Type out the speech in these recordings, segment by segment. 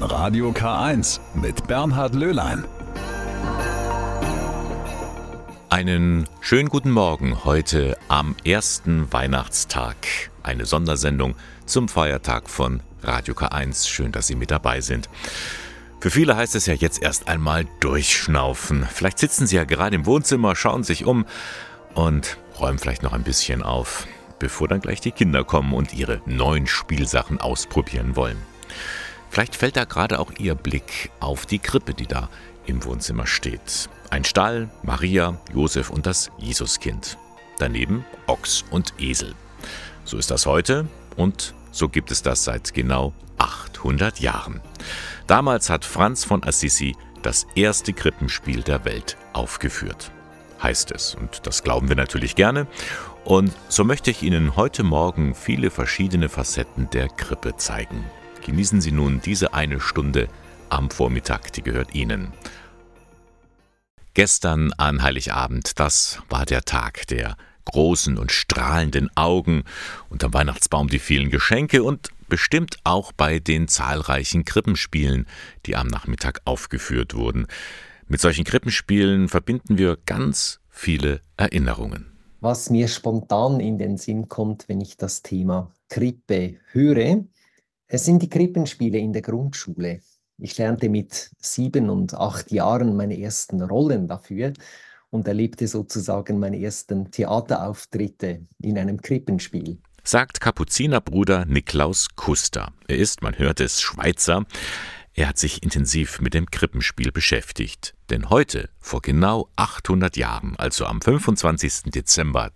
Radio K1 mit Bernhard Löhlein. Einen schönen guten Morgen heute am ersten Weihnachtstag. Eine Sondersendung zum Feiertag von Radio K1. Schön, dass Sie mit dabei sind. Für viele heißt es ja jetzt erst einmal durchschnaufen. Vielleicht sitzen Sie ja gerade im Wohnzimmer, schauen sich um und räumen vielleicht noch ein bisschen auf, bevor dann gleich die Kinder kommen und ihre neuen Spielsachen ausprobieren wollen. Vielleicht fällt da gerade auch Ihr Blick auf die Krippe, die da im Wohnzimmer steht. Ein Stall, Maria, Josef und das Jesuskind. Daneben Ochs und Esel. So ist das heute und so gibt es das seit genau 800 Jahren. Damals hat Franz von Assisi das erste Krippenspiel der Welt aufgeführt. Heißt es, und das glauben wir natürlich gerne. Und so möchte ich Ihnen heute Morgen viele verschiedene Facetten der Krippe zeigen. Genießen Sie nun diese eine Stunde am Vormittag, die gehört Ihnen. Gestern an Heiligabend, das war der Tag der großen und strahlenden Augen, unterm Weihnachtsbaum die vielen Geschenke und bestimmt auch bei den zahlreichen Krippenspielen, die am Nachmittag aufgeführt wurden. Mit solchen Krippenspielen verbinden wir ganz viele Erinnerungen. Was mir spontan in den Sinn kommt, wenn ich das Thema Krippe höre, es sind die Krippenspiele in der Grundschule. Ich lernte mit 7 und 8 Jahren meine ersten Rollen dafür und erlebte sozusagen meine ersten Theaterauftritte in einem Krippenspiel. Sagt Kapuzinerbruder Niklaus Kuster. Er ist, man hört es, Schweizer. Er hat sich intensiv mit dem Krippenspiel beschäftigt. Denn heute, vor genau 800 Jahren, also am 25. Dezember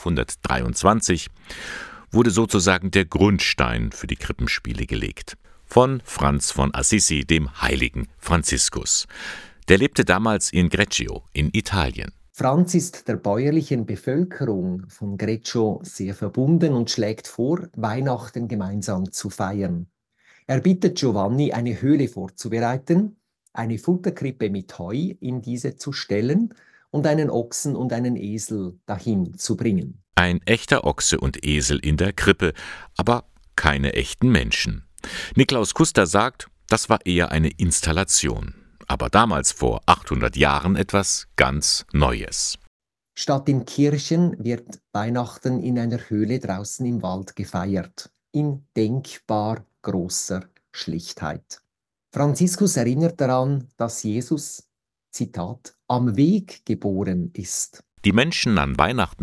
1223, wurde sozusagen der Grundstein für die Krippenspiele gelegt. Von Franz von Assisi, dem heiligen Franziskus. Der lebte damals in Greccio in Italien. Franz ist der bäuerlichen Bevölkerung von Greccio sehr verbunden und schlägt vor, Weihnachten gemeinsam zu feiern. Er bittet Giovanni, eine Höhle vorzubereiten, eine Futterkrippe mit Heu in diese zu stellen und einen Ochsen und einen Esel dahin zu bringen. Ein echter Ochse und Esel in der Krippe, aber keine echten Menschen. Niklaus Kuster sagt, das war eher eine Installation. Aber damals vor 800 Jahren etwas ganz Neues. Statt in Kirchen wird Weihnachten in einer Höhle draußen im Wald gefeiert. In denkbar großer Schlichtheit. Franziskus erinnert daran, dass Jesus, Zitat, am Weg geboren ist. Die Menschen an Weihnachten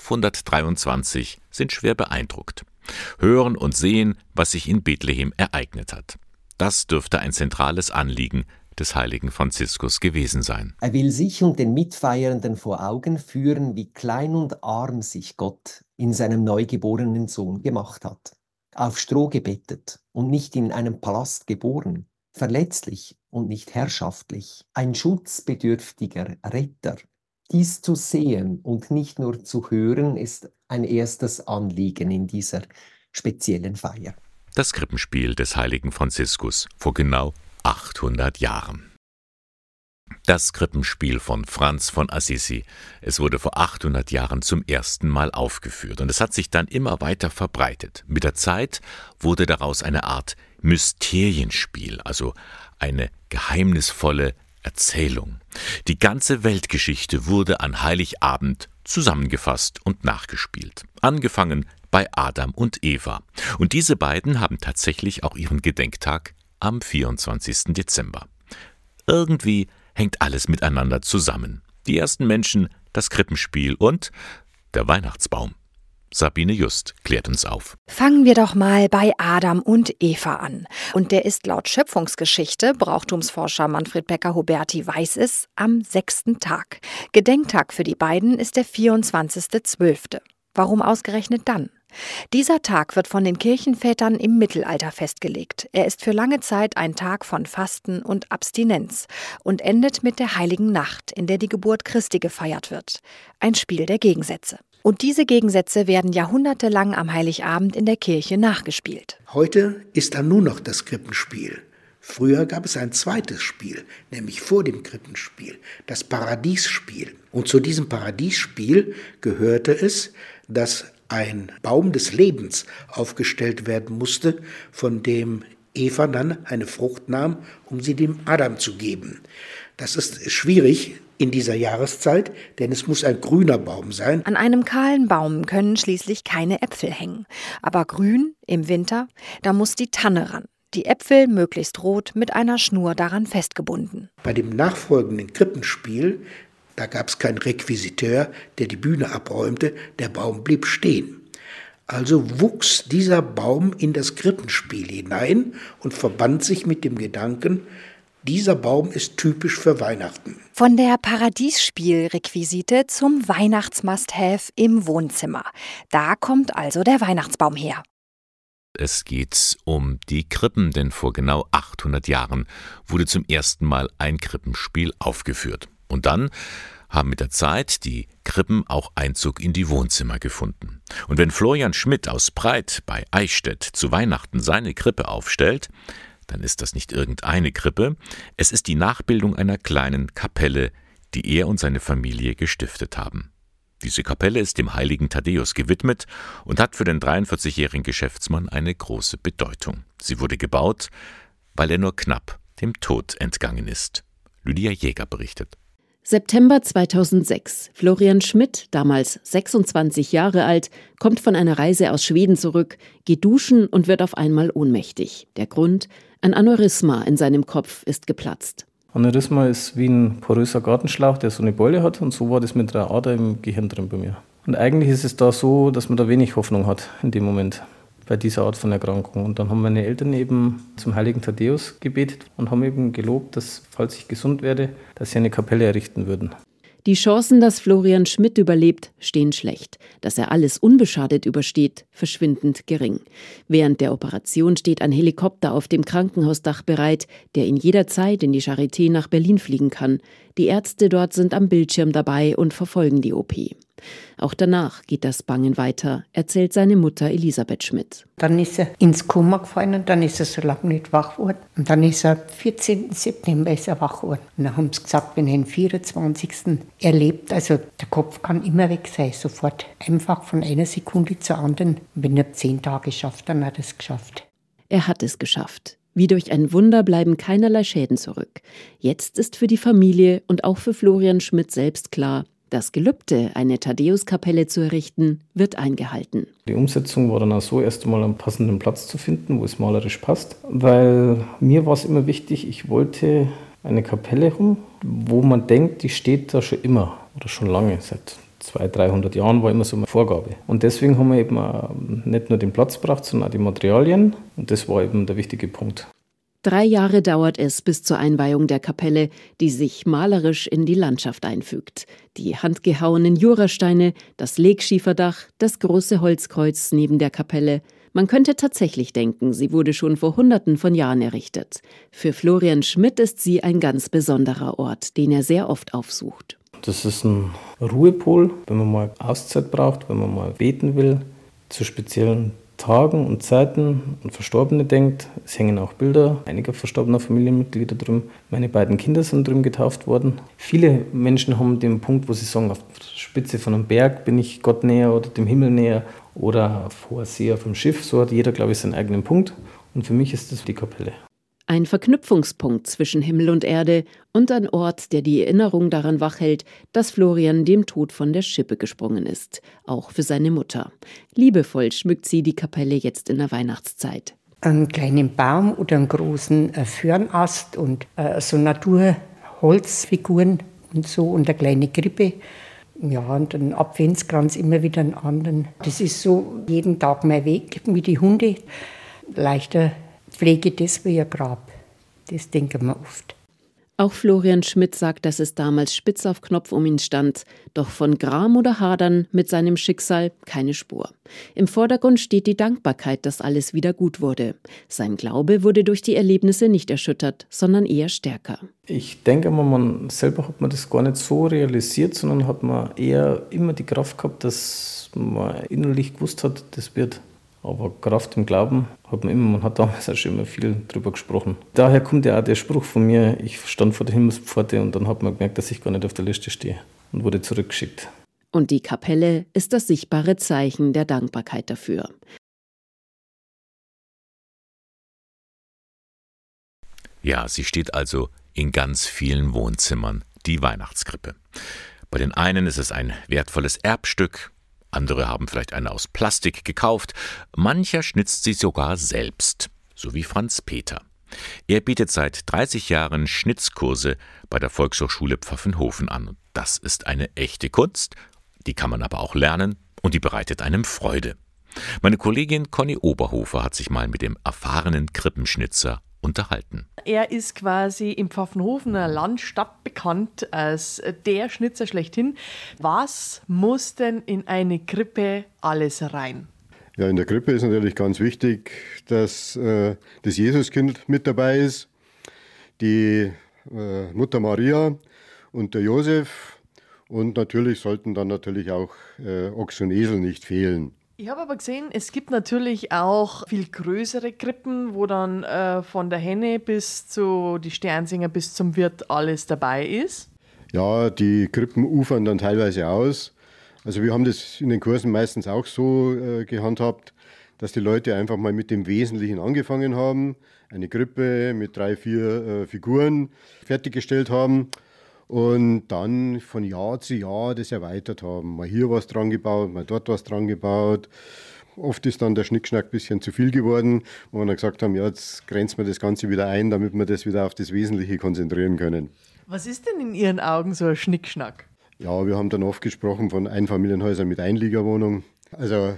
1223 sind schwer beeindruckt, hören und sehen, was sich in Bethlehem ereignet hat. Das dürfte ein zentrales Anliegen des heiligen Franziskus gewesen sein. Er will sich und den Mitfeiernden vor Augen führen, wie klein und arm sich Gott in seinem neugeborenen Sohn gemacht hat. Auf Stroh gebettet und nicht in einem Palast geboren, verletzlich und nicht herrschaftlich, ein schutzbedürftiger Retter. Dies zu sehen und nicht nur zu hören, ist ein erstes Anliegen in dieser speziellen Feier. Das Krippenspiel des heiligen Franziskus vor genau 800 Jahren. Das Krippenspiel von Franz von Assisi. Es wurde vor 800 Jahren zum ersten Mal aufgeführt und es hat sich dann immer weiter verbreitet. Mit der Zeit wurde daraus eine Art Mysterienspiel, also eine geheimnisvolle Erzählung. Die ganze Weltgeschichte wurde an Heiligabend zusammengefasst und nachgespielt. Angefangen bei Adam und Eva. Und diese beiden haben tatsächlich auch ihren Gedenktag am 24. Dezember. Irgendwie hängt alles miteinander zusammen. Die ersten Menschen, das Krippenspiel und der Weihnachtsbaum. Sabine Just klärt uns auf. Fangen wir doch mal bei Adam und Eva an. Und der ist laut Schöpfungsgeschichte, Brauchtumsforscher Manfred Becker-Huberti weiß es, am 6. Tag. Gedenktag für die beiden ist der 24.12. Warum ausgerechnet dann? Dieser Tag wird von den Kirchenvätern im Mittelalter festgelegt. Er ist für lange Zeit ein Tag von Fasten und Abstinenz und endet mit der Heiligen Nacht, in der die Geburt Christi gefeiert wird. Ein Spiel der Gegensätze. Und diese Gegensätze werden jahrhundertelang am Heiligabend in der Kirche nachgespielt. Heute ist da nur noch das Krippenspiel. Früher gab es ein zweites Spiel, nämlich vor dem Krippenspiel, das Paradiesspiel. Und zu diesem Paradiesspiel gehörte es, dass ein Baum des Lebens aufgestellt werden musste, von dem Eva dann eine Frucht nahm, um sie dem Adam zu geben. Das ist schwierig in dieser Jahreszeit, denn es muss ein grüner Baum sein. An einem kahlen Baum können schließlich keine Äpfel hängen. Aber grün im Winter, da muss die Tanne ran. Die Äpfel möglichst rot mit einer Schnur daran festgebunden. Bei dem nachfolgenden Krippenspiel, da gab es keinen Requisiteur, der die Bühne abräumte, der Baum blieb stehen. Also wuchs dieser Baum in das Krippenspiel hinein und verband sich mit dem Gedanken, dieser Baum ist typisch für Weihnachten. Von der Paradiesspielrequisite zum Weihnachtsmust-Have im Wohnzimmer. Da kommt also der Weihnachtsbaum her. Es geht um die Krippen, denn vor genau 800 Jahren wurde zum ersten Mal ein Krippenspiel aufgeführt. Und dann haben mit der Zeit die Krippen auch Einzug in die Wohnzimmer gefunden. Und wenn Florian Schmidt aus Breit bei Eichstätt zu Weihnachten seine Krippe aufstellt, dann ist das nicht irgendeine Krippe, es ist die Nachbildung einer kleinen Kapelle, die er und seine Familie gestiftet haben. Diese Kapelle ist dem heiligen Thaddäus gewidmet und hat für den 43-jährigen Geschäftsmann eine große Bedeutung. Sie wurde gebaut, weil er nur knapp dem Tod entgangen ist. Lydia Jäger berichtet. September 2006. Florian Schmidt, damals 26 Jahre alt, kommt von einer Reise aus Schweden zurück, geht duschen und wird auf einmal ohnmächtig. Der Grund? Ein Aneurysma in seinem Kopf ist geplatzt. Aneurysma ist wie ein poröser Gartenschlauch, der so eine Beule hat, und so war das mit einer Ader im Gehirn drin bei mir. Und eigentlich ist es da so, dass man da wenig Hoffnung hat in dem Moment bei dieser Art von Erkrankung. Und dann haben meine Eltern eben zum heiligen Thaddäus gebetet und haben eben gelobt, dass, falls ich gesund werde, dass sie eine Kapelle errichten würden. Die Chancen, dass Florian Schmidt überlebt, stehen schlecht. Dass er alles unbeschadet übersteht, verschwindend gering. Während der Operation steht ein Helikopter auf dem Krankenhausdach bereit, der ihn jederzeit in die Charité nach Berlin fliegen kann. Die Ärzte dort sind am Bildschirm dabei und verfolgen die OP. Auch danach geht das Bangen weiter, erzählt seine Mutter Elisabeth Schmidt. Dann ist er ins Koma gefallen und dann ist er so lange nicht wach geworden. Und dann ist er 14. September ist er wach geworden. Und dann haben sie gesagt, wenn er den 24. erlebt, also der Kopf kann immer weg sein, sofort. Einfach von einer Sekunde zur anderen. Und wenn er 10 Tage schafft, dann hat er es geschafft. Er hat es geschafft. Wie durch ein Wunder bleiben keinerlei Schäden zurück. Jetzt ist für die Familie und auch für Florian Schmidt selbst klar, das Gelübde, eine Thaddäuskapelle zu errichten, wird eingehalten. Die Umsetzung war dann auch so, erst einmal einen passenden Platz zu finden, wo es malerisch passt. Weil mir war es immer wichtig, ich wollte eine Kapelle haben, wo man denkt, die steht da schon immer oder schon lange, seit 200-300 Jahren war immer so eine Vorgabe. Und deswegen haben wir eben auch nicht nur den Platz gebraucht, sondern auch die Materialien. Und das war eben der wichtige Punkt. 3 Jahre dauert es bis zur Einweihung der Kapelle, die sich malerisch in die Landschaft einfügt. Die handgehauenen Jurasteine, das Legschieferdach, das große Holzkreuz neben der Kapelle. Man könnte tatsächlich denken, sie wurde schon vor Hunderten von Jahren errichtet. Für Florian Schmidt ist sie ein ganz besonderer Ort, den er sehr oft aufsucht. Das ist ein Ruhepol, wenn man mal Auszeit braucht, wenn man mal beten will, zu speziellen Tagen und Zeiten und Verstorbene denkt. Es hängen auch Bilder einiger verstorbener Familienmitglieder drin. Meine beiden Kinder sind drin getauft worden. Viele Menschen haben den Punkt, wo sie sagen, auf der Spitze von einem Berg bin ich Gott näher oder dem Himmel näher oder auf hoher See auf dem Schiff. So hat jeder, glaube ich, seinen eigenen Punkt. Und für mich ist das die Kapelle. Ein Verknüpfungspunkt zwischen Himmel und Erde und ein Ort, der die Erinnerung daran wachhält, dass Florian dem Tod von der Schippe gesprungen ist, auch für seine Mutter. Liebevoll schmückt sie die Kapelle jetzt in der Weihnachtszeit. Einen kleinen Baum oder einen großen Föhrenast und so Naturholzfiguren und so und eine kleine Krippe. Ja, und einen Adventskranz immer wieder einen anderen. Das ist so jeden Tag mein Weg wie die Hunde. Leichter Pflege das wie ein Grab. Das denken wir oft. Auch Florian Schmidt sagt, dass es damals spitz auf Knopf um ihn stand. Doch von Gram oder Hadern mit seinem Schicksal keine Spur. Im Vordergrund steht die Dankbarkeit, dass alles wieder gut wurde. Sein Glaube wurde durch die Erlebnisse nicht erschüttert, sondern eher stärker. Ich denke mal, man selber hat man das gar nicht so realisiert, sondern hat man eher immer die Kraft gehabt, dass man innerlich gewusst hat, das wird. Aber Kraft im Glauben man hat damals auch schon immer viel drüber gesprochen. Daher kommt ja auch der Spruch von mir, ich stand vor der Himmelspforte und dann hat man gemerkt, dass ich gar nicht auf der Liste stehe und wurde zurückgeschickt. Und die Kapelle ist das sichtbare Zeichen der Dankbarkeit dafür. Ja, sie steht also in ganz vielen Wohnzimmern, die Weihnachtskrippe. Bei den einen ist es ein wertvolles Erbstück, andere haben vielleicht eine aus Plastik gekauft, mancher schnitzt sie sogar selbst, so wie Franz Peter. Er bietet seit 30 Jahren Schnitzkurse bei der Volkshochschule Pfaffenhofen an. Und das ist eine echte Kunst, die kann man aber auch lernen und die bereitet einem Freude. Meine Kollegin Conny Oberhofer hat sich mal mit dem erfahrenen Krippenschnitzer unterhalten. Er ist quasi im Pfaffenhofener Land stadtbekannt als der Schnitzer schlechthin. Was muss denn in eine Krippe alles rein? Ja, in der Krippe ist natürlich ganz wichtig, dass das Jesuskind mit dabei ist, die Mutter Maria und der Josef und natürlich sollten dann natürlich auch Ochs und Esel nicht fehlen. Ich habe aber gesehen, es gibt natürlich auch viel größere Krippen, wo dann von der Henne bis zu die Sternsinger bis zum Wirt alles dabei ist. Ja, die Krippen ufern dann teilweise aus. Also wir haben das in den Kursen meistens auch so gehandhabt, dass die Leute einfach mal mit dem Wesentlichen angefangen haben, eine Krippe mit 3, 4 Figuren fertiggestellt haben und dann von Jahr zu Jahr das erweitert haben. Mal hier was dran gebaut, mal dort was dran gebaut. Oft ist dann der Schnickschnack ein bisschen zu viel geworden, wo wir dann gesagt haben, ja, jetzt grenzen wir das Ganze wieder ein, damit wir das wieder auf das Wesentliche konzentrieren können. Was ist denn in Ihren Augen so ein Schnickschnack? Ja, wir haben dann oft gesprochen von Einfamilienhäusern mit Einliegerwohnung. Also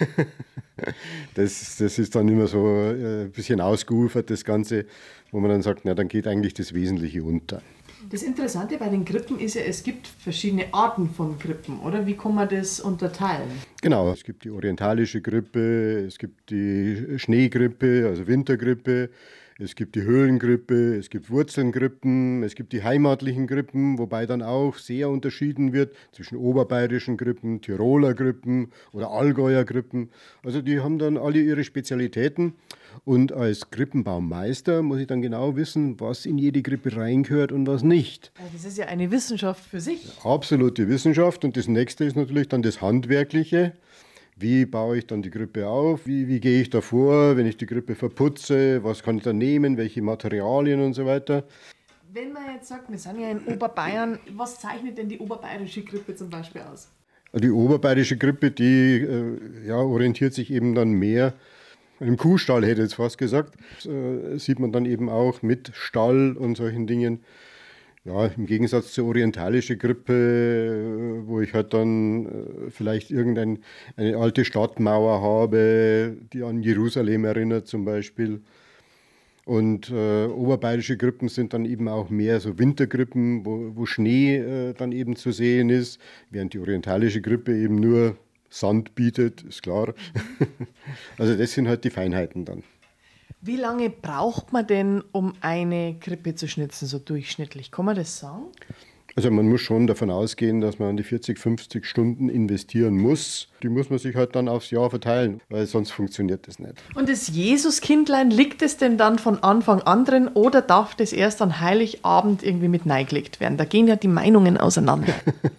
das ist dann immer so ein bisschen ausgeufert, das Ganze, wo man dann sagt, na, dann geht eigentlich das Wesentliche unter. Das Interessante bei den Krippen ist ja, es gibt verschiedene Arten von Krippen, oder? Wie kann man das unterteilen? Genau, es gibt die orientalische Krippe, es gibt die Schneekrippe, also Winterkrippe, es gibt die Höhlengrippe, es gibt Wurzelnkrippen, es gibt die heimatlichen Krippen, wobei dann auch sehr unterschieden wird zwischen oberbayerischen Krippen, Tiroler Krippen oder Allgäuer Krippen. Also die haben dann alle ihre Spezialitäten. Und als Krippenbaumeister muss ich dann genau wissen, was in jede Krippe reingehört und was nicht. Das ist ja eine Wissenschaft für sich. Absolute Wissenschaft. Und das nächste ist natürlich dann das Handwerkliche. Wie baue ich dann die Krippe auf? Wie gehe ich da vor, wenn ich die Krippe verputze? Was kann ich da nehmen? Welche Materialien und so weiter? Wenn man jetzt sagt, wir sind ja in Oberbayern, was zeichnet denn die oberbayerische Krippe zum Beispiel aus? Die oberbayerische Krippe, die orientiert sich eben dann mehr im Kuhstall, hätte ich jetzt fast gesagt. Das sieht man dann eben auch mit Stall und solchen Dingen. Ja, im Gegensatz zur orientalischen Krippe, wo ich halt dann vielleicht eine alte Stadtmauer habe, die an Jerusalem erinnert zum Beispiel. Und oberbayerische Krippen sind dann eben auch mehr so Winterkrippen, wo Schnee dann eben zu sehen ist, während die orientalische Krippe eben nur Sand bietet, ist klar. Also das sind halt die Feinheiten dann. Wie lange braucht man denn, um eine Krippe zu schnitzen, so durchschnittlich? Kann man das sagen? Also man muss schon davon ausgehen, dass man an die 40, 50 Stunden investieren muss. Die muss man sich halt dann aufs Jahr verteilen, weil sonst funktioniert das nicht. Und das Jesuskindlein, liegt es denn dann von Anfang an drin oder darf das erst an Heiligabend irgendwie mit reingelegt werden? Da gehen ja die Meinungen auseinander.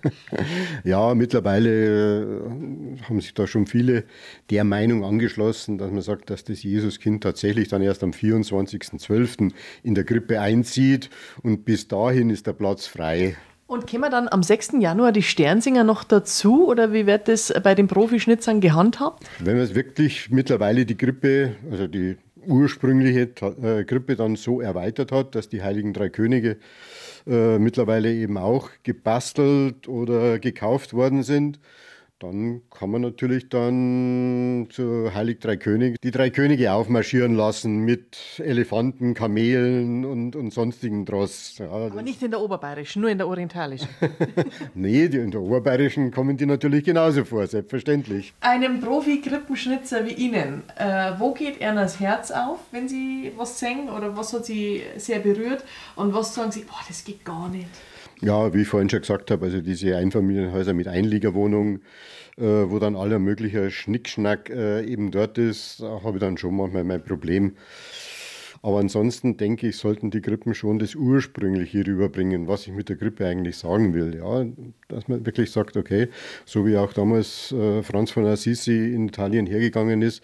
Ja, mittlerweile haben sich da schon viele der Meinung angeschlossen, dass man sagt, dass das Jesuskind tatsächlich dann erst am 24.12. in der Krippe einzieht und bis dahin ist der Platz frei. Und kommen dann am 6. Januar die Sternsinger noch dazu oder wie wird das bei den Profischnitzern gehandhabt? Wenn man es wirklich mittlerweile die Krippe, also die ursprüngliche Krippe dann so erweitert hat, dass die Heiligen Drei Könige mittlerweile eben auch gebastelt oder gekauft worden sind, dann kann man natürlich dann zu Heilig Drei König die Drei Könige aufmarschieren lassen mit Elefanten, Kamelen und sonstigen Dross. Ja, aber nicht in der oberbayerischen, nur in der orientalischen. Nee, in der oberbayerischen kommen die natürlich genauso vor, selbstverständlich. Einem Profi-Krippenschnitzer wie Ihnen, wo geht Ihnen das Herz auf, wenn Sie was sehen oder was hat Sie sehr berührt und was sagen Sie, boah, das geht gar nicht? Ja, wie ich vorhin schon gesagt habe, also diese Einfamilienhäuser mit Einliegerwohnungen, wo dann aller möglicher Schnickschnack eben dort ist, da habe ich dann schon manchmal mein Problem. Aber ansonsten denke ich, sollten die Krippen schon das Ursprüngliche rüberbringen, was ich mit der Krippe eigentlich sagen will. Ja, dass man wirklich sagt, okay, so wie auch damals Franz von Assisi in Italien hergegangen ist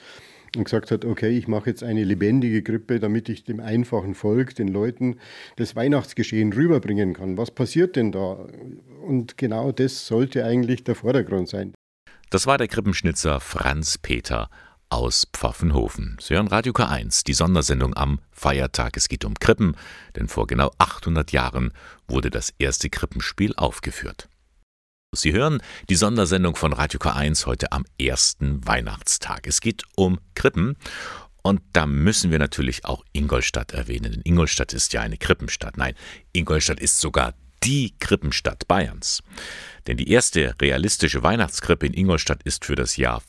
und gesagt hat, okay, ich mache jetzt eine lebendige Krippe, damit ich dem einfachen Volk, den Leuten, das Weihnachtsgeschehen rüberbringen kann. Was passiert denn da? Und genau das sollte eigentlich der Vordergrund sein. Das war der Krippenschnitzer Franz Peter aus Pfaffenhofen. Sie hören Radio K1, die Sondersendung am Feiertag. Es geht um Krippen, denn vor genau 800 Jahren wurde das erste Krippenspiel aufgeführt. Sie hören die Sondersendung von Radio K1 heute am ersten Weihnachtstag. Es geht um Krippen und da müssen wir natürlich auch Ingolstadt erwähnen. Denn Ingolstadt ist ja eine Krippenstadt. Nein, Ingolstadt ist sogar die Krippenstadt Bayerns. Denn die erste realistische Weihnachtskrippe in Ingolstadt ist für das Jahr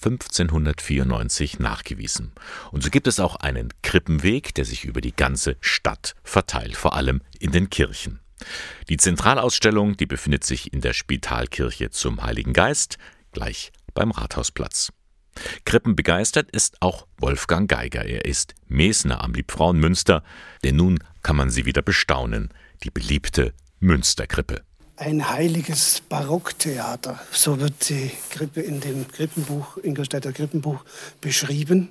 1594 nachgewiesen. Und so gibt es auch einen Krippenweg, der sich über die ganze Stadt verteilt, vor allem in den Kirchen. Die Zentralausstellung, die befindet sich in der Spitalkirche zum Heiligen Geist, gleich beim Rathausplatz. Krippenbegeistert ist auch Wolfgang Geiger. Er ist Mesner am Liebfrauenmünster, denn nun kann man sie wieder bestaunen, die beliebte Münsterkrippe. Ein heiliges Barocktheater, so wird die Krippe in dem Krippenbuch, Ingolstädter Krippenbuch, beschrieben.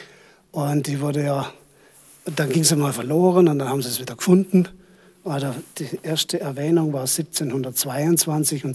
Und die wurde ja, dann ging sie mal verloren und dann haben sie es wieder gefunden. Also die erste Erwähnung war 1722 und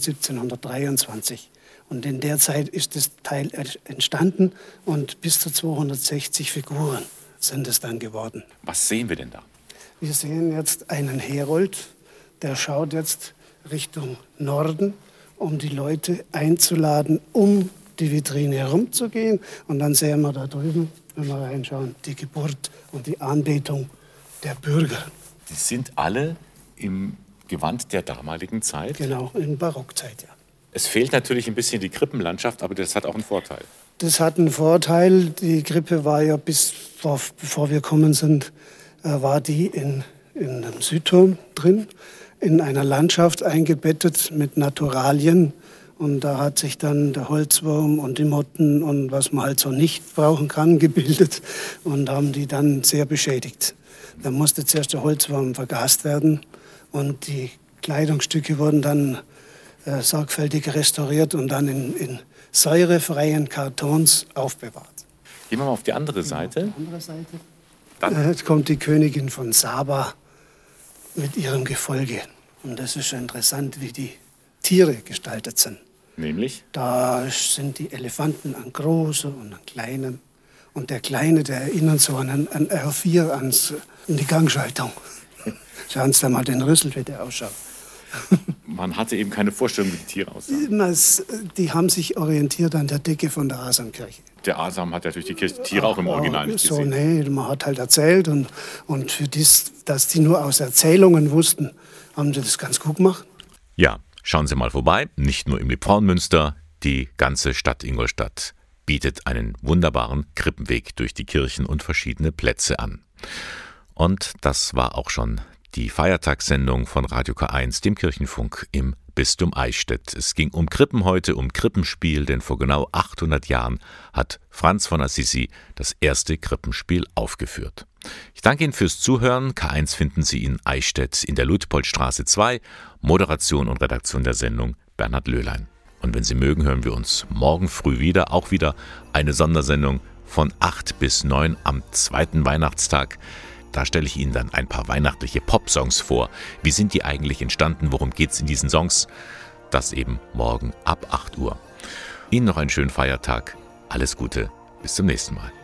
1723. Und in der Zeit ist das Teil entstanden und bis zu 260 Figuren sind es dann geworden. Was sehen wir denn da? Wir sehen jetzt einen Herold, der schaut jetzt Richtung Norden, um die Leute einzuladen, um die Vitrine herumzugehen. Und dann sehen wir da drüben, wenn wir reinschauen, die Geburt und die Anbetung der Bürger. Die sind alle im Gewand der damaligen Zeit? Genau, in Barockzeit, ja. Es fehlt natürlich ein bisschen die Krippenlandschaft, aber das hat auch einen Vorteil. Das hat einen Vorteil. Die Krippe war ja bevor wir gekommen sind, war die in einem Südturm drin, in einer Landschaft eingebettet mit Naturalien. Und da hat sich dann der Holzwurm und die Motten und was man halt so nicht brauchen kann, gebildet und haben die dann sehr beschädigt. Da musste zuerst der Holzwurm vergast werden und die Kleidungsstücke wurden dann sorgfältig restauriert und dann in säurefreien Kartons aufbewahrt. Gehen wir mal auf die andere Seite. Auf die andere Seite. Jetzt kommt die Königin von Saba mit ihrem Gefolge. Und das ist interessant, wie die Tiere gestaltet sind. Nämlich? Da sind die Elefanten an große und an kleinen. Und der Kleine, der erinnert so an R4 an die Gangschaltung. Schauen Sie mal den Rüssel, wie der ausschaut. Man hatte eben keine Vorstellung, wie die Tiere aussahen. Die haben sich orientiert an der Decke von der Asamkirche. Der Asam hat natürlich die Tiere auch im Original nicht gesehen. Nee, man hat halt erzählt und für das, dass die nur aus Erzählungen wussten, haben sie das ganz gut gemacht. Ja, schauen Sie mal vorbei, nicht nur im Liebfrauenmünster, die ganze Stadt Ingolstadt bietet einen wunderbaren Krippenweg durch die Kirchen und verschiedene Plätze an. Und das war auch schon die Feiertagssendung von Radio K1, dem Kirchenfunk im Bistum Eichstätt. Es ging um Krippen heute, um Krippenspiel, denn vor genau 800 Jahren hat Franz von Assisi das erste Krippenspiel aufgeführt. Ich danke Ihnen fürs Zuhören. K1 finden Sie in Eichstätt in der Luitpoldstraße 2. Moderation und Redaktion der Sendung Bernhard Löhlein. Und wenn Sie mögen, hören wir uns morgen früh wieder. Auch wieder eine Sondersendung von 8 bis 9 am zweiten Weihnachtstag. Da stelle ich Ihnen dann ein paar weihnachtliche Popsongs vor. Wie sind die eigentlich entstanden? Worum geht es in diesen Songs? Das eben morgen ab 8 Uhr. Ihnen noch einen schönen Feiertag. Alles Gute. Bis zum nächsten Mal.